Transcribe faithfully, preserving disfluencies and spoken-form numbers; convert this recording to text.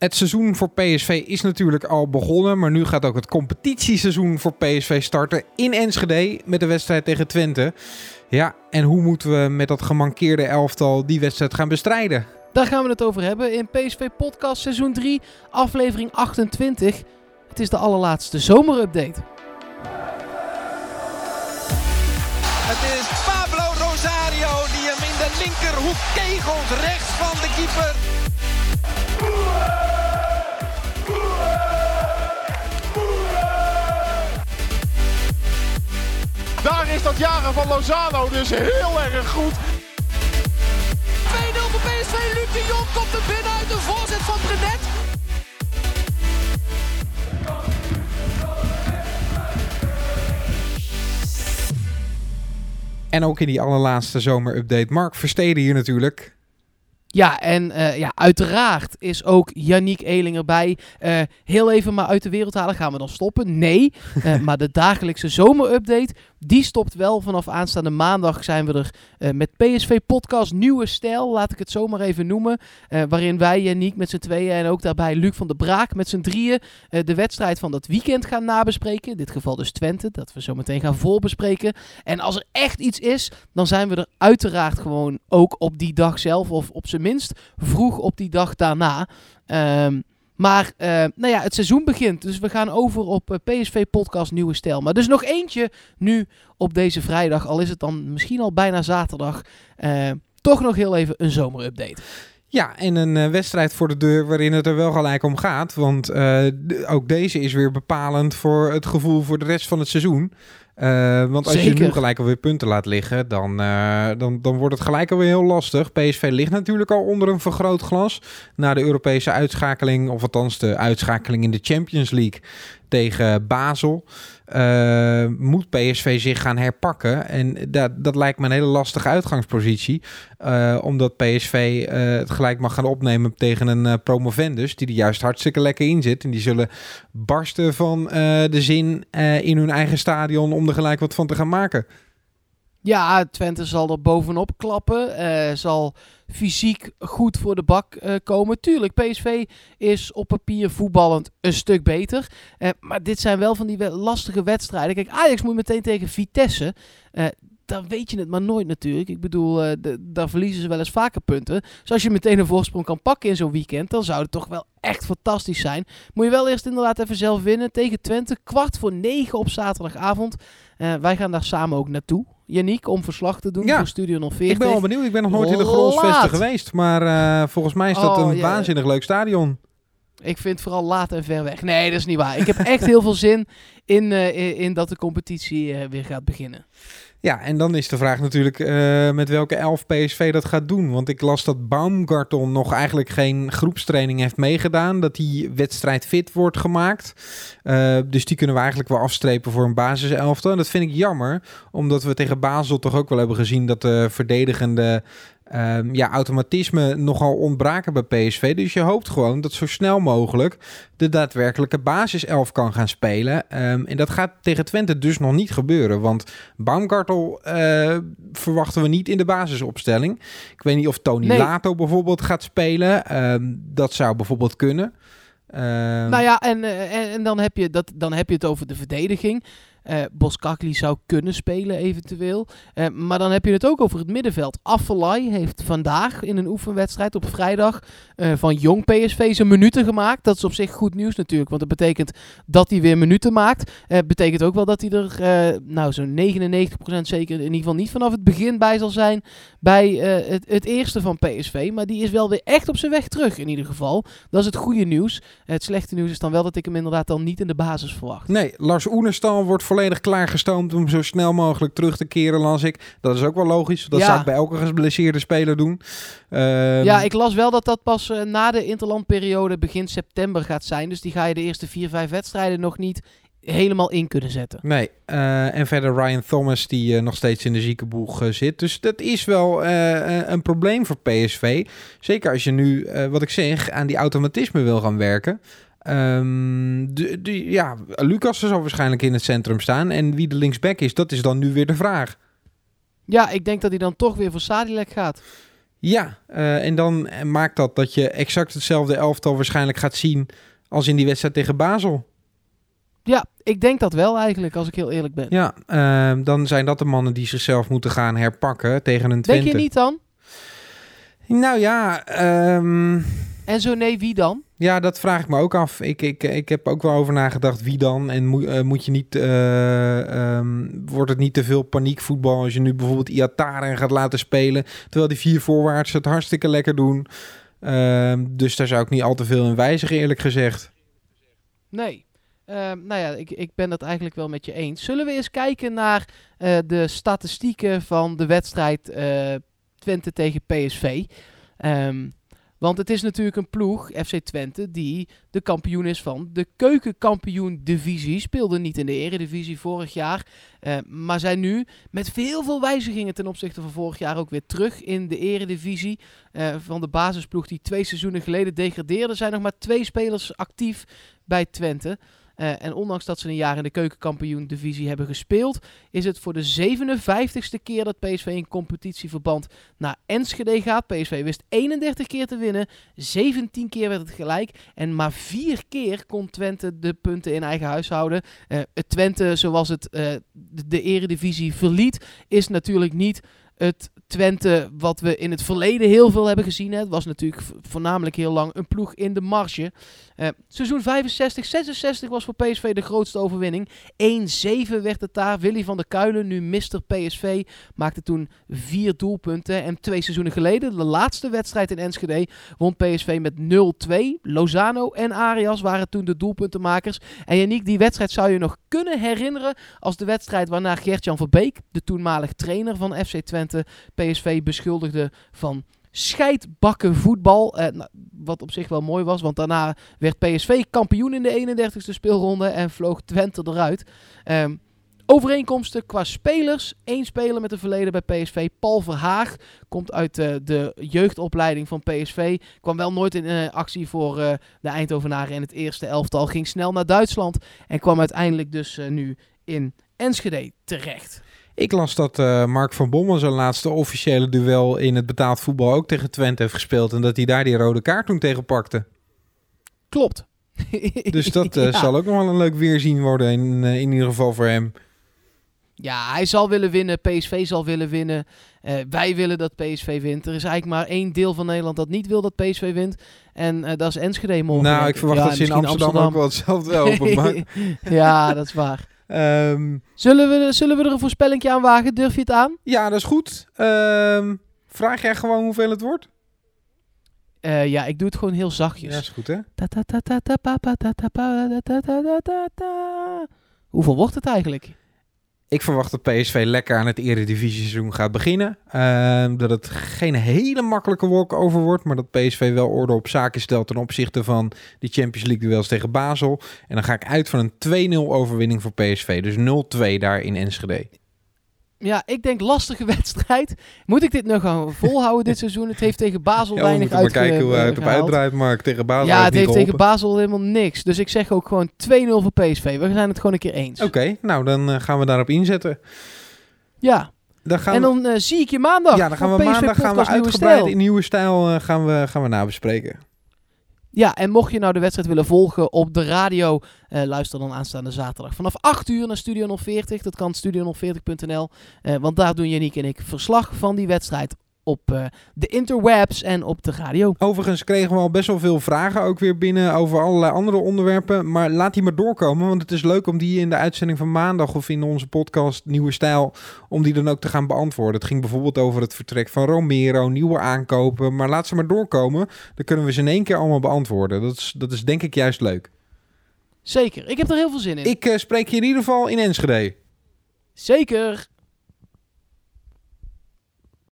Het seizoen voor P S V is natuurlijk al begonnen, maar nu gaat ook het competitieseizoen voor P S V starten in Enschede met de wedstrijd tegen Twente. Ja, en hoe moeten we met dat gemankeerde elftal die wedstrijd gaan bestrijden? Daar gaan we het over hebben in P S V Podcast seizoen drie, aflevering achtentwintig. Het is de allerlaatste zomerupdate. Het is Pablo Rosario die hem in de linkerhoek kegelt, rechts van de keeper. Daar is dat jagen van Lozano dus heel erg goed. twee nul voor P S V, Luc de Jong komt er binnen uit de voorzet van Brenet. En ook in die allerlaatste zomerupdate, Mark Versteden hier natuurlijk. Ja, en uh, ja, uiteraard is ook Yannick Eeling erbij. Uh, heel even maar uit de wereld halen. Gaan we dan stoppen? Nee. Uh, maar de dagelijkse zomerupdate, die stopt wel. Vanaf aanstaande maandag zijn we er uh, met P S V Podcast Nieuwe Stijl. Laat ik het zo maar even noemen. Uh, waarin wij, Yannick, met z'n tweeën en ook daarbij Luc van der Braak met z'n drieën uh, de wedstrijd van dat weekend gaan nabespreken. In dit geval dus Twente, dat we zo meteen gaan voorbespreken. En als er echt iets is, dan zijn we er uiteraard gewoon ook op die dag zelf of op zijn minst vroeg op die dag daarna. Um, maar uh, nou ja, het seizoen begint. Dus we gaan over op uh, P S V Podcast Nieuwe Stijl. Maar dus nog eentje nu op deze vrijdag. Al is het dan misschien al bijna zaterdag. Uh, toch nog heel even een zomerupdate. Ja, en een uh, wedstrijd voor de deur waarin het er wel gelijk om gaat. Want uh, d- ook deze is weer bepalend voor het gevoel voor de rest van het seizoen. Uh, want als Zeker. je nu gelijk alweer punten laat liggen, dan, uh, dan, dan wordt het gelijk alweer heel lastig. P S V ligt natuurlijk al onder een vergrootglas na de Europese uitschakeling, of althans de uitschakeling in de Champions League tegen Basel. Uh, moet P S V zich gaan herpakken. En dat, dat lijkt me een hele lastige uitgangspositie. Uh, omdat P S V uh, het gelijk mag gaan opnemen tegen een uh, promovendus die er juist hartstikke lekker in zit. En die zullen barsten van uh, de zin uh, in hun eigen stadion om er gelijk wat van te gaan maken. Ja, Twente zal er bovenop klappen. Uh, zal fysiek goed voor de bak uh, komen. Tuurlijk, P S V is op papier voetballend een stuk beter. Uh, maar dit zijn wel van die we- lastige wedstrijden. Kijk, Ajax moet meteen tegen Vitesse. Uh, dan weet je het maar nooit natuurlijk. Ik bedoel, uh, de, daar verliezen ze wel eens vaker punten. Dus als je meteen een voorsprong kan pakken in zo'n weekend, dan zou het toch wel echt fantastisch zijn. Moet je wel eerst inderdaad even zelf winnen tegen Twente. Kwart voor negen op zaterdagavond. Uh, wij gaan daar samen ook naartoe. Yannick, om verslag te doen Ja, voor Studio nul veertig. Ik ben wel benieuwd. Ik ben nog nooit in de Grolsvesten Laat. geweest. Maar uh, volgens mij is dat Oh, een ja. waanzinnig leuk stadion. Ik vind het vooral laat en ver weg. Nee, dat is niet waar. Ik heb echt heel veel zin in, uh, in, in dat de competitie uh, weer gaat beginnen. Ja, en dan is de vraag natuurlijk uh, met welke elf P S V dat gaat doen. Want ik las dat Baumgartel nog eigenlijk geen groepstraining heeft meegedaan. Dat die wedstrijd fit wordt gemaakt. Uh, dus die kunnen we eigenlijk wel afstrepen voor een basiselftal. En dat vind ik jammer, omdat we tegen Basel toch ook wel hebben gezien dat de verdedigende Um, ja, automatisme nogal ontbraken bij P S V. Dus je hoopt gewoon dat zo snel mogelijk de daadwerkelijke basiself kan gaan spelen. Um, en dat gaat tegen Twente dus nog niet gebeuren. Want Baumgartel uh, verwachten we niet in de basisopstelling. Ik weet niet of Tony Nee. Lato bijvoorbeeld gaat spelen. Um, dat zou bijvoorbeeld kunnen. Um, Nou ja, en, uh, en, en dan, heb je dat, dan heb je het over de verdediging. Uh, Boskakli zou kunnen spelen eventueel. Uh, maar dan heb je het ook over het middenveld. Afellay heeft vandaag in een oefenwedstrijd op vrijdag uh, van jong P S V zijn minuten gemaakt. Dat is op zich goed nieuws natuurlijk. Want dat betekent dat hij weer minuten maakt. Uh, betekent ook wel dat hij er uh, nou zo'n negenennegentig procent zeker in ieder geval niet vanaf het begin bij zal zijn. Bij uh, het, het eerste van P S V. Maar die is wel weer echt op zijn weg terug in ieder geval. Dat is het goede nieuws. Uh, het slechte nieuws is dan wel dat ik hem inderdaad dan niet in de basis verwacht. Nee, Lars Oenerstal wordt volledig klaargestoomd om zo snel mogelijk terug te keren, las ik. Dat is ook wel logisch. Dat Ja. zou ik bij elke geblesseerde speler doen. Um, Ja, ik las wel dat dat pas uh, na de interlandperiode begin september gaat zijn. Dus die ga je de eerste vier, vijf wedstrijden nog niet helemaal in kunnen zetten. Nee, uh, en verder Ryan Thomas die uh, nog steeds in de ziekenboeg uh, zit. Dus dat is wel uh, een probleem voor P S V. Zeker als je nu, uh, wat ik zeg, aan die automatisme wil gaan werken. Um, de, de, ja, Lucas zal waarschijnlijk in het centrum staan. En wie de linksback is, dat is dan nu weer de vraag. Ja, ik denk dat hij dan toch weer voor Sadilek gaat. Ja, uh, en dan maakt dat dat je exact hetzelfde elftal waarschijnlijk gaat zien als in die wedstrijd tegen Basel. Ja, ik denk dat wel eigenlijk, als ik heel eerlijk ben. Ja, uh, dan zijn dat de mannen die zichzelf moeten gaan herpakken tegen een Twente. Denk je niet dan? Nou ja... Um... En zo nee, wie dan? Ja, dat vraag ik me ook af. Ik, ik, ik heb ook wel over nagedacht, wie dan? En mo- uh, moet je niet... Uh, um, wordt het niet te veel paniekvoetbal als je nu bijvoorbeeld Iataren gaat laten spelen, terwijl die vier voorwaarts het hartstikke lekker doen. Uh, dus daar zou ik niet al te veel in wijzigen, eerlijk gezegd. Nee. Uh, nou ja, ik, ik ben dat eigenlijk wel met je eens. Zullen we eens kijken naar uh, de statistieken van de wedstrijd uh, Twente tegen P S V? Um, Want het is natuurlijk een ploeg, F C Twente, die de kampioen is van de keukenkampioen-divisie. Speelde niet in de eredivisie vorig jaar, uh, maar zijn nu met veel veel wijzigingen ten opzichte van vorig jaar ook weer terug in de eredivisie. Uh, van de basisploeg die twee seizoenen geleden degradeerde, zijn nog maar twee spelers actief bij Twente. Uh, en ondanks dat ze een jaar in de keukenkampioen-divisie hebben gespeeld, is het voor de zevenenvijftigste keer dat P S V in competitieverband naar Enschede gaat. P S V wist eenendertig keer te winnen, zeventien keer werd het gelijk en maar vier keer kon Twente de punten in eigen huis houden. Uh, het Twente, zoals het uh, de, de eredivisie verliet, is natuurlijk niet het Twente wat we in het verleden heel veel hebben gezien. Hè. Het was natuurlijk voornamelijk heel lang een ploeg in de marge. Uh, seizoen vijfenzestig zesenzestig was voor P S V de grootste overwinning. één zeven werd het daar. Willy van der Kuilen, nu mister P S V, maakte toen vier doelpunten. En twee seizoenen geleden, de laatste wedstrijd in Enschede, won P S V met nul twee. Lozano en Arias waren toen de doelpuntenmakers. En Yannick, die wedstrijd zou je nog kunnen herinneren als de wedstrijd waarna Gert-Jan Verbeek, de toenmalig trainer van F C Twente, P S V beschuldigde van scheidbakken voetbal. Eh, nou, wat op zich wel mooi was, want daarna werd P S V kampioen in de eenendertigste speelronde en vloog Twente eruit. Um, overeenkomsten qua spelers. Eén speler met een verleden bij P S V, Paul Verhaag, komt uit uh, de jeugdopleiding van P S V. Kwam wel nooit in uh, actie voor uh, de Eindhovenaren in het eerste elftal. Ging snel naar Duitsland en kwam uiteindelijk dus uh, nu in Enschede terecht. Ik las dat uh, Mark van Bommel zijn laatste officiële duel in het betaald voetbal ook tegen Twente heeft gespeeld en dat hij daar die rode kaart toen tegen pakte. Klopt. Dus dat uh, ja. zal ook nog wel een leuk weerzien worden in, uh, in ieder geval voor hem. Ja, hij zal willen winnen. P S V zal willen winnen. Uh, wij willen dat P S V wint. Er is eigenlijk maar één deel van Nederland dat niet wil dat P S V wint. En uh, dat is Enschede morgen. Nou, ik verwacht ja, dat ze in Amsterdam, Amsterdam ook wel hetzelfde openmaken. Ja, dat is waar. Um, zullen, we, zullen we er een voorspellingje aan wagen? Durf je het aan? Ja, dat is goed. Um, vraag jij gewoon hoeveel het wordt? Uh, ja, ik doe het gewoon heel zachtjes. Ja, is goed, hè? Hoeveel wordt het eigenlijk? Ik verwacht dat P S V lekker aan het eredivisie-seizoen gaat beginnen. Uh, dat het geen hele makkelijke walk-over wordt, maar dat P S V wel orde op zaken stelt ten opzichte van die Champions League duels tegen Basel. En dan ga ik uit van een twee nul overwinning voor P S V. Dus nul twee daar in Enschede. Ja, ik denk lastige wedstrijd. Moet ik dit nog gaan volhouden dit seizoen? Het heeft tegen Basel ja, weinig uitgehaald. Maar kijken hoe hij het op uitdraait, Mark. Tegen Basel ja, het heeft geholpen. tegen Basel helemaal niks. Dus ik zeg ook gewoon twee nul voor P S V. We zijn het gewoon een keer eens. Oké, okay, nou dan uh, gaan we daarop inzetten. Ja. Dan gaan en we... dan uh, zie ik je maandag. Ja, dan gaan we maandag gaan we uitgebreid in nieuwe stijl uh, gaan we, gaan we nabespreken. Ja, en mocht je nou de wedstrijd willen volgen op de radio, uh, luister dan aanstaande zaterdag vanaf acht uur naar Studio nul veertig. Dat kan studio nul veertig punt n l, uh, want daar doen Yannick en ik verslag van die wedstrijd op uh, de interwebs en op de radio. Overigens kregen we al best wel veel vragen ook weer binnen over allerlei andere onderwerpen. Maar laat die maar doorkomen, want het is leuk om die in de uitzending van maandag of in onze podcast Nieuwe Stijl, om die dan ook te gaan beantwoorden. Het ging bijvoorbeeld over het vertrek van Romero, nieuwe aankopen. Maar laat ze maar doorkomen, dan kunnen we ze in één keer allemaal beantwoorden. Dat is, dat is denk ik juist leuk. Zeker, ik heb er heel veel zin in. Ik uh, spreek je in ieder geval in Enschede. Zeker.